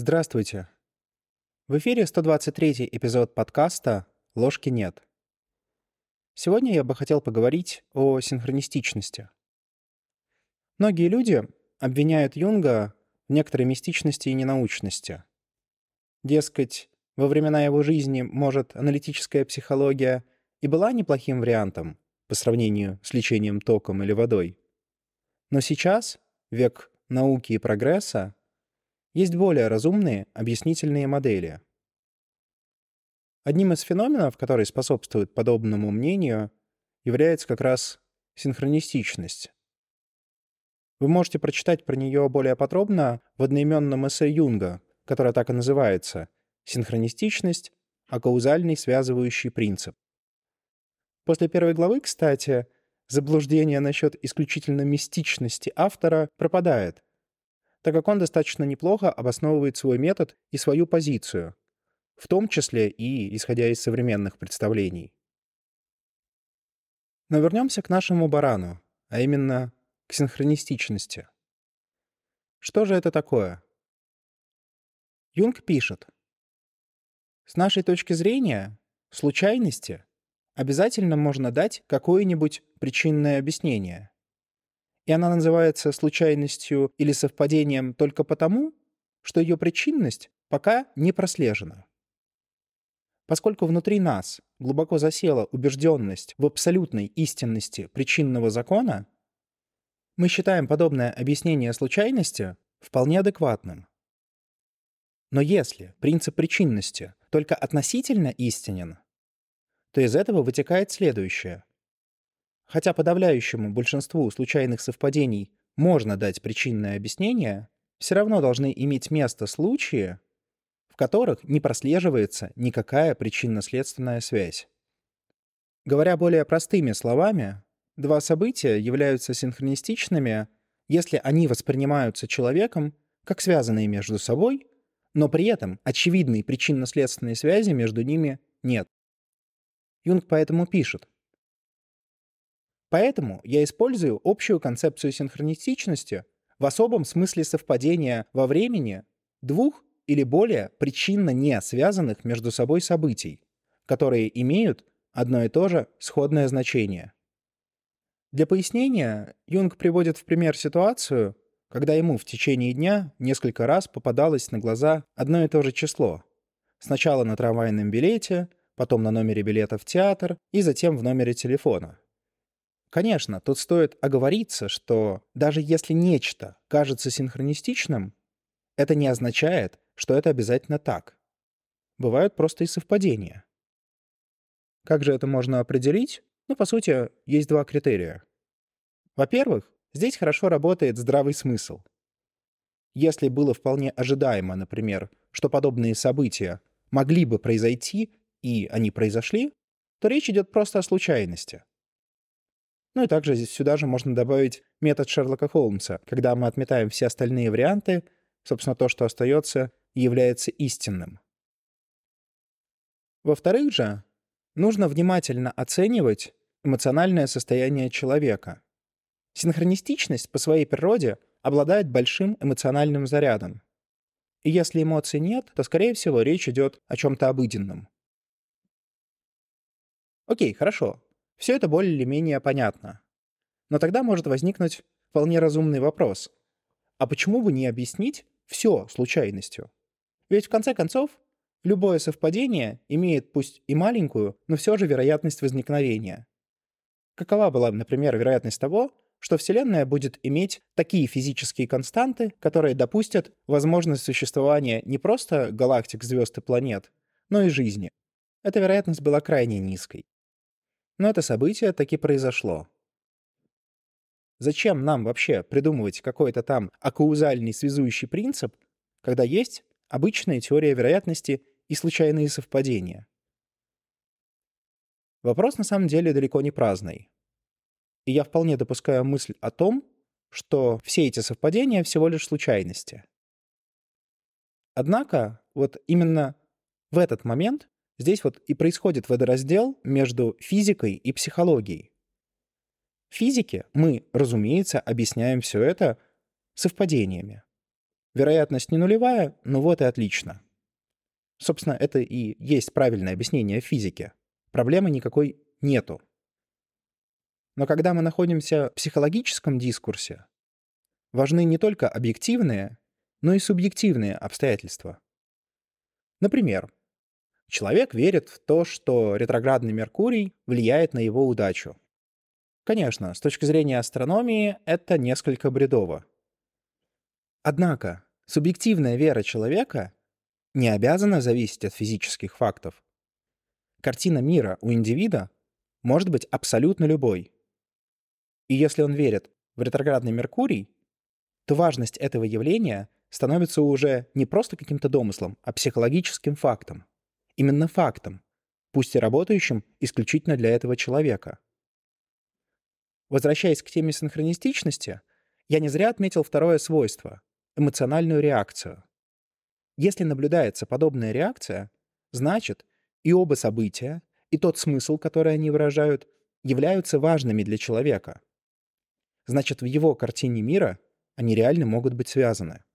Здравствуйте. В эфире 123-й эпизод подкаста «Ложки нет». Сегодня я бы хотел поговорить о синхронистичности. Многие люди обвиняют Юнга в некоторой мистичности и ненаучности. Дескать, во времена его жизни, может, аналитическая психология и была неплохим вариантом по сравнению с лечением током или водой. Но сейчас, век науки и прогресса, есть более разумные объяснительные модели. Одним из феноменов, который способствует подобному мнению, является как раз синхронистичность. Вы можете прочитать про нее более подробно в одноименном эссе Юнга, которое так и называется «Синхронистичность, акаузальный связывающий принцип». После первой главы, кстати, заблуждение насчет исключительно мистичности автора пропадает, так как он достаточно неплохо обосновывает свой метод и свою позицию, в том числе и исходя из современных представлений. Но вернемся к нашему барану, а именно к синхронистичности. Что же это такое? Юнг пишет: с нашей точки зрения, случайности обязательно можно дать какое-нибудь причинное объяснение. И она называется случайностью или совпадением только потому, что ее причинность пока не прослежена. Поскольку внутри нас глубоко засела убежденность в абсолютной истинности причинного закона, мы считаем подобное объяснение случайности вполне адекватным. Но если принцип причинности только относительно истинен, то из этого вытекает следующее. Хотя подавляющему большинству случайных совпадений можно дать причинное объяснение, все равно должны иметь место случаи, в которых не прослеживается никакая причинно-следственная связь. Говоря более простыми словами, два события являются синхронистичными, если они воспринимаются человеком как связанные между собой, но при этом очевидной причинно-следственной связи между ними нет. Юнг поэтому пишет: «Поэтому я использую общую концепцию синхронистичности в особом смысле совпадения во времени двух или более причинно не связанных между собой событий, которые имеют одно и то же сходное значение». Для пояснения Юнг приводит в пример ситуацию, когда ему в течение дня несколько раз попадалось на глаза одно и то же число. Сначала на трамвайном билете, потом на номере билета в театр и затем в номере телефона. Конечно, тут стоит оговориться, что даже если нечто кажется синхронистичным, это не означает, что это обязательно так. Бывают просто и совпадения. Как же это можно определить? По сути, есть два критерия. Во-первых, здесь хорошо работает здравый смысл. Если было вполне ожидаемо, например, что подобные события могли бы произойти, и они произошли, то речь идет просто о случайности. И также здесь сюда же можно добавить метод Шерлока Холмса, когда мы отметаем все остальные варианты, собственно, то, что остается, является истинным. Во-вторых же, нужно внимательно оценивать эмоциональное состояние человека. Синхронистичность по своей природе обладает большим эмоциональным зарядом. И если эмоций нет, то, скорее всего, речь идет о чем-то обыденном. Окей, хорошо. Все это более или менее понятно. Но тогда может возникнуть вполне разумный вопрос. А почему бы не объяснить все случайностью? Ведь в конце концов, любое совпадение имеет пусть и маленькую, но все же вероятность возникновения. Какова была, например, вероятность того, что Вселенная будет иметь такие физические константы, которые допустят возможность существования не просто галактик, звезд и планет, но и жизни? Эта вероятность была крайне низкой. Но это событие таки произошло. Зачем нам вообще придумывать какой-то там акаузальный связующий принцип, когда есть обычная теория вероятности и случайные совпадения? Вопрос на самом деле далеко не праздный. И я вполне допускаю мысль о том, что все эти совпадения всего лишь случайности. Однако вот именно в этот момент здесь вот и происходит водораздел между физикой и психологией. В физике мы, разумеется, объясняем все это совпадениями. Вероятность не нулевая, ну вот и отлично. Собственно, это и есть правильное объяснение физики. Проблемы никакой нету. Но когда мы находимся в психологическом дискурсе, важны не только объективные, но и субъективные обстоятельства. Например, человек верит в то, что ретроградный Меркурий влияет на его удачу. Конечно, с точки зрения астрономии это несколько бредово. Однако, субъективная вера человека не обязана зависеть от физических фактов. Картина мира у индивида может быть абсолютно любой. И если он верит в ретроградный Меркурий, то важность этого явления становится уже не просто каким-то домыслом, а психологическим фактом. Именно фактом, пусть и работающим исключительно для этого человека. Возвращаясь к теме синхронистичности, я не зря отметил второе свойство — эмоциональную реакцию. Если наблюдается подобная реакция, значит, и оба события, и тот смысл, который они выражают, являются важными для человека. Значит, в его картине мира они реально могут быть связаны.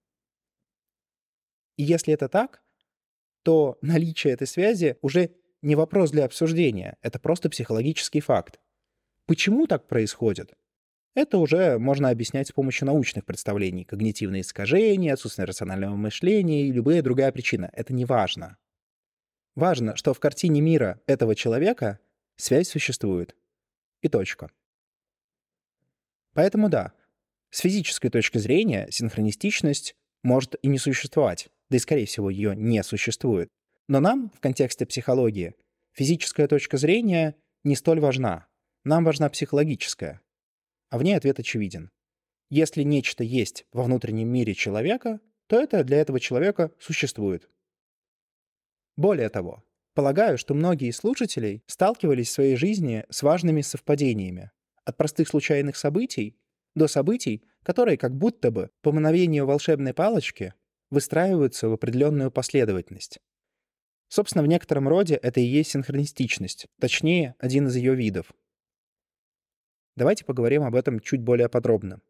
И если это так, то наличие этой связи уже не вопрос для обсуждения, это просто психологический факт. Почему так происходит? Это уже можно объяснять с помощью научных представлений. Когнитивные искажения, отсутствие рационального мышления и любая другая причина. Это не важно. Важно, что в картине мира этого человека связь существует. И точка. Поэтому да, с физической точки зрения синхронистичность может и не существовать, да и, скорее всего, ее не существует. Но нам, в контексте психологии, физическая точка зрения не столь важна. Нам важна психологическая. А в ней ответ очевиден. Если нечто есть во внутреннем мире человека, то это для этого человека существует. Более того, полагаю, что многие из слушателей сталкивались в своей жизни с важными совпадениями. От простых случайных событий до событий, которые как будто бы по мановению волшебной палочки выстраиваются в определенную последовательность. Собственно, в некотором роде это и есть синхронистичность, точнее, один из ее видов. Давайте поговорим об этом чуть более подробно.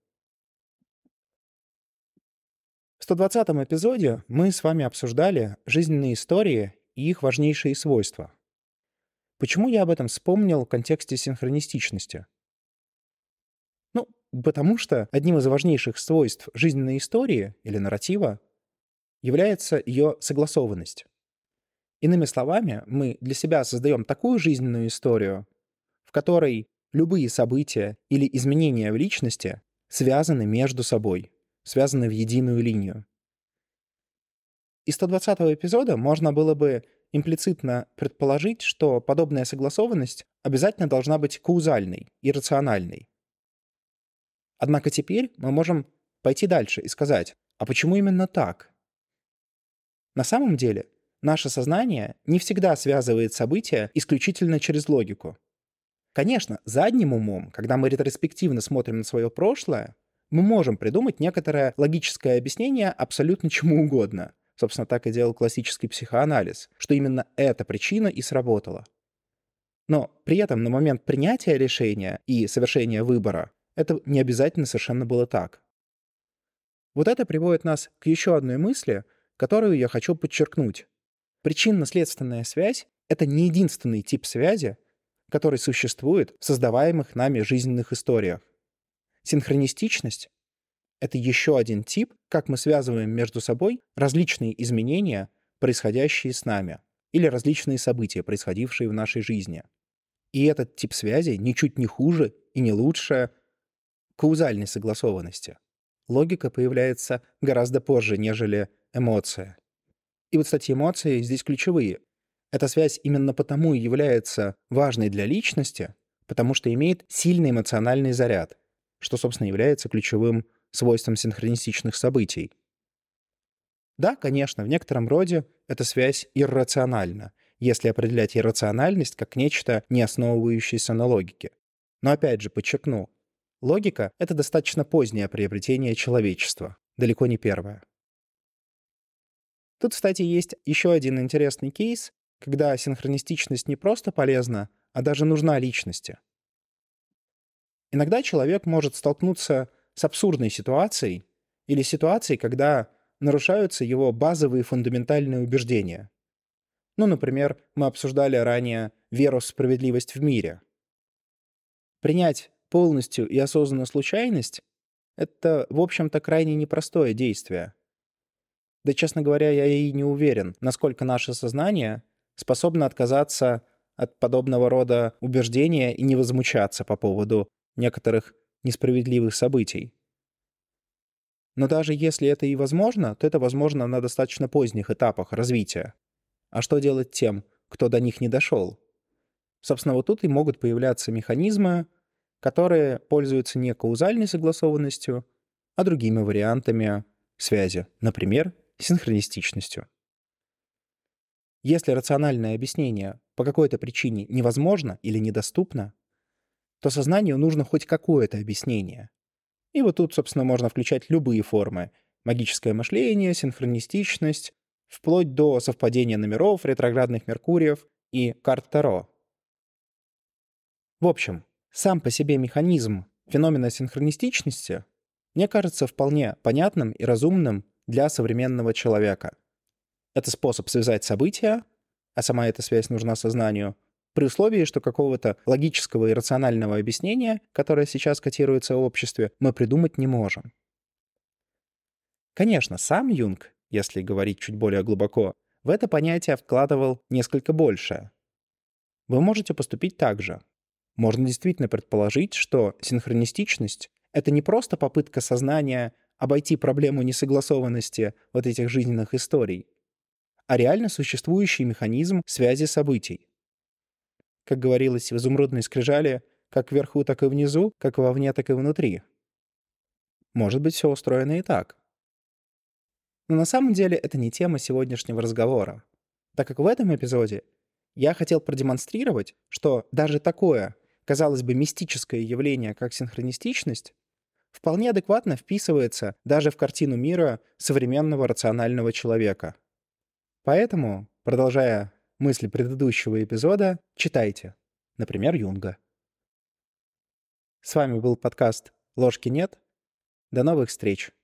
В 120-м эпизоде мы с вами обсуждали жизненные истории и их важнейшие свойства. Почему я об этом вспомнил в контексте синхронистичности? Ну, потому что одним из важнейших свойств жизненной истории или нарратива является ее согласованность. Иными словами, мы для себя создаем такую жизненную историю, в которой любые события или изменения в личности связаны между собой, связаны в единую линию. Из 120-го эпизода можно было бы имплицитно предположить, что подобная согласованность обязательно должна быть каузальной и рациональной. Однако теперь мы можем пойти дальше и сказать, а почему именно так? На самом деле, наше сознание не всегда связывает события исключительно через логику. Конечно, задним умом, когда мы ретроспективно смотрим на свое прошлое, мы можем придумать некоторое логическое объяснение абсолютно чему угодно. Собственно, так и делал классический психоанализ, что именно эта причина и сработала. Но при этом на момент принятия решения и совершения выбора это не обязательно совершенно было так. Вот это приводит нас к еще одной мысли, которую я хочу подчеркнуть. Причинно-следственная связь — это не единственный тип связи, который существует в создаваемых нами жизненных историях. Синхронистичность — это еще один тип, как мы связываем между собой различные изменения, происходящие с нами, или различные события, происходившие в нашей жизни. И этот тип связи ничуть не хуже и не лучше каузальной согласованности. Логика появляется гораздо позже, нежели эмоция. И вот, кстати, эмоции здесь ключевые. Эта связь именно потому и является важной для личности, потому что имеет сильный эмоциональный заряд, что, собственно, является ключевым свойством синхронистичных событий. Да, конечно, в некотором роде эта связь иррациональна, если определять иррациональность как нечто, не основывающееся на логике. Но опять же, подчеркну, логика — это достаточно позднее приобретение человечества, далеко не первое. Тут, кстати, есть еще один интересный кейс, когда синхронистичность не просто полезна, а даже нужна личности. Иногда человек может столкнуться с абсурдной ситуацией или ситуацией, когда нарушаются его базовые фундаментальные убеждения. Ну, например, мы обсуждали ранее веру в справедливость в мире. Принять полностью и осознанно случайность — это, в общем-то, крайне непростое действие. Да, честно говоря, я и не уверен, насколько наше сознание способно отказаться от подобного рода убеждения и не возмущаться по поводу некоторых несправедливых событий. Но даже если это и возможно, то это возможно на достаточно поздних этапах развития. А что делать тем, кто до них не дошел? Собственно, вот тут и могут появляться механизмы, которые пользуются не каузальной согласованностью, а другими вариантами связи, например, синхронистичностью. Если рациональное объяснение по какой-то причине невозможно или недоступно, то сознанию нужно хоть какое-то объяснение. И вот тут, собственно, можно включать любые формы: магическое мышление, синхронистичность, вплоть до совпадения номеров, ретроградных Меркуриев и карт Таро. В общем, сам по себе механизм феномена синхронистичности мне кажется вполне понятным и разумным для современного человека. Это способ связать события, а сама эта связь нужна сознанию, при условии, что какого-то логического и рационального объяснения, которое сейчас котируется в обществе, мы придумать не можем. Конечно, сам Юнг, если говорить чуть более глубоко, в это понятие вкладывал несколько больше. Вы можете поступить так же. Можно действительно предположить, что синхронистичность — это не просто попытка сознания обойти проблему несогласованности вот этих жизненных историй, а реально существующий механизм связи событий. Как говорилось в «Изумрудной скрижали», как вверху, так и внизу, как вовне, так и внутри. Может быть, все устроено и так. Но на самом деле это не тема сегодняшнего разговора, так как в этом эпизоде я хотел продемонстрировать, что даже такое, казалось бы, мистическое явление, как синхронистичность, вполне адекватно вписывается даже в картину мира современного рационального человека. Поэтому, продолжая мысли предыдущего эпизода, читайте, например, Юнга. С вами был подкаст «Ложки нет». До новых встреч!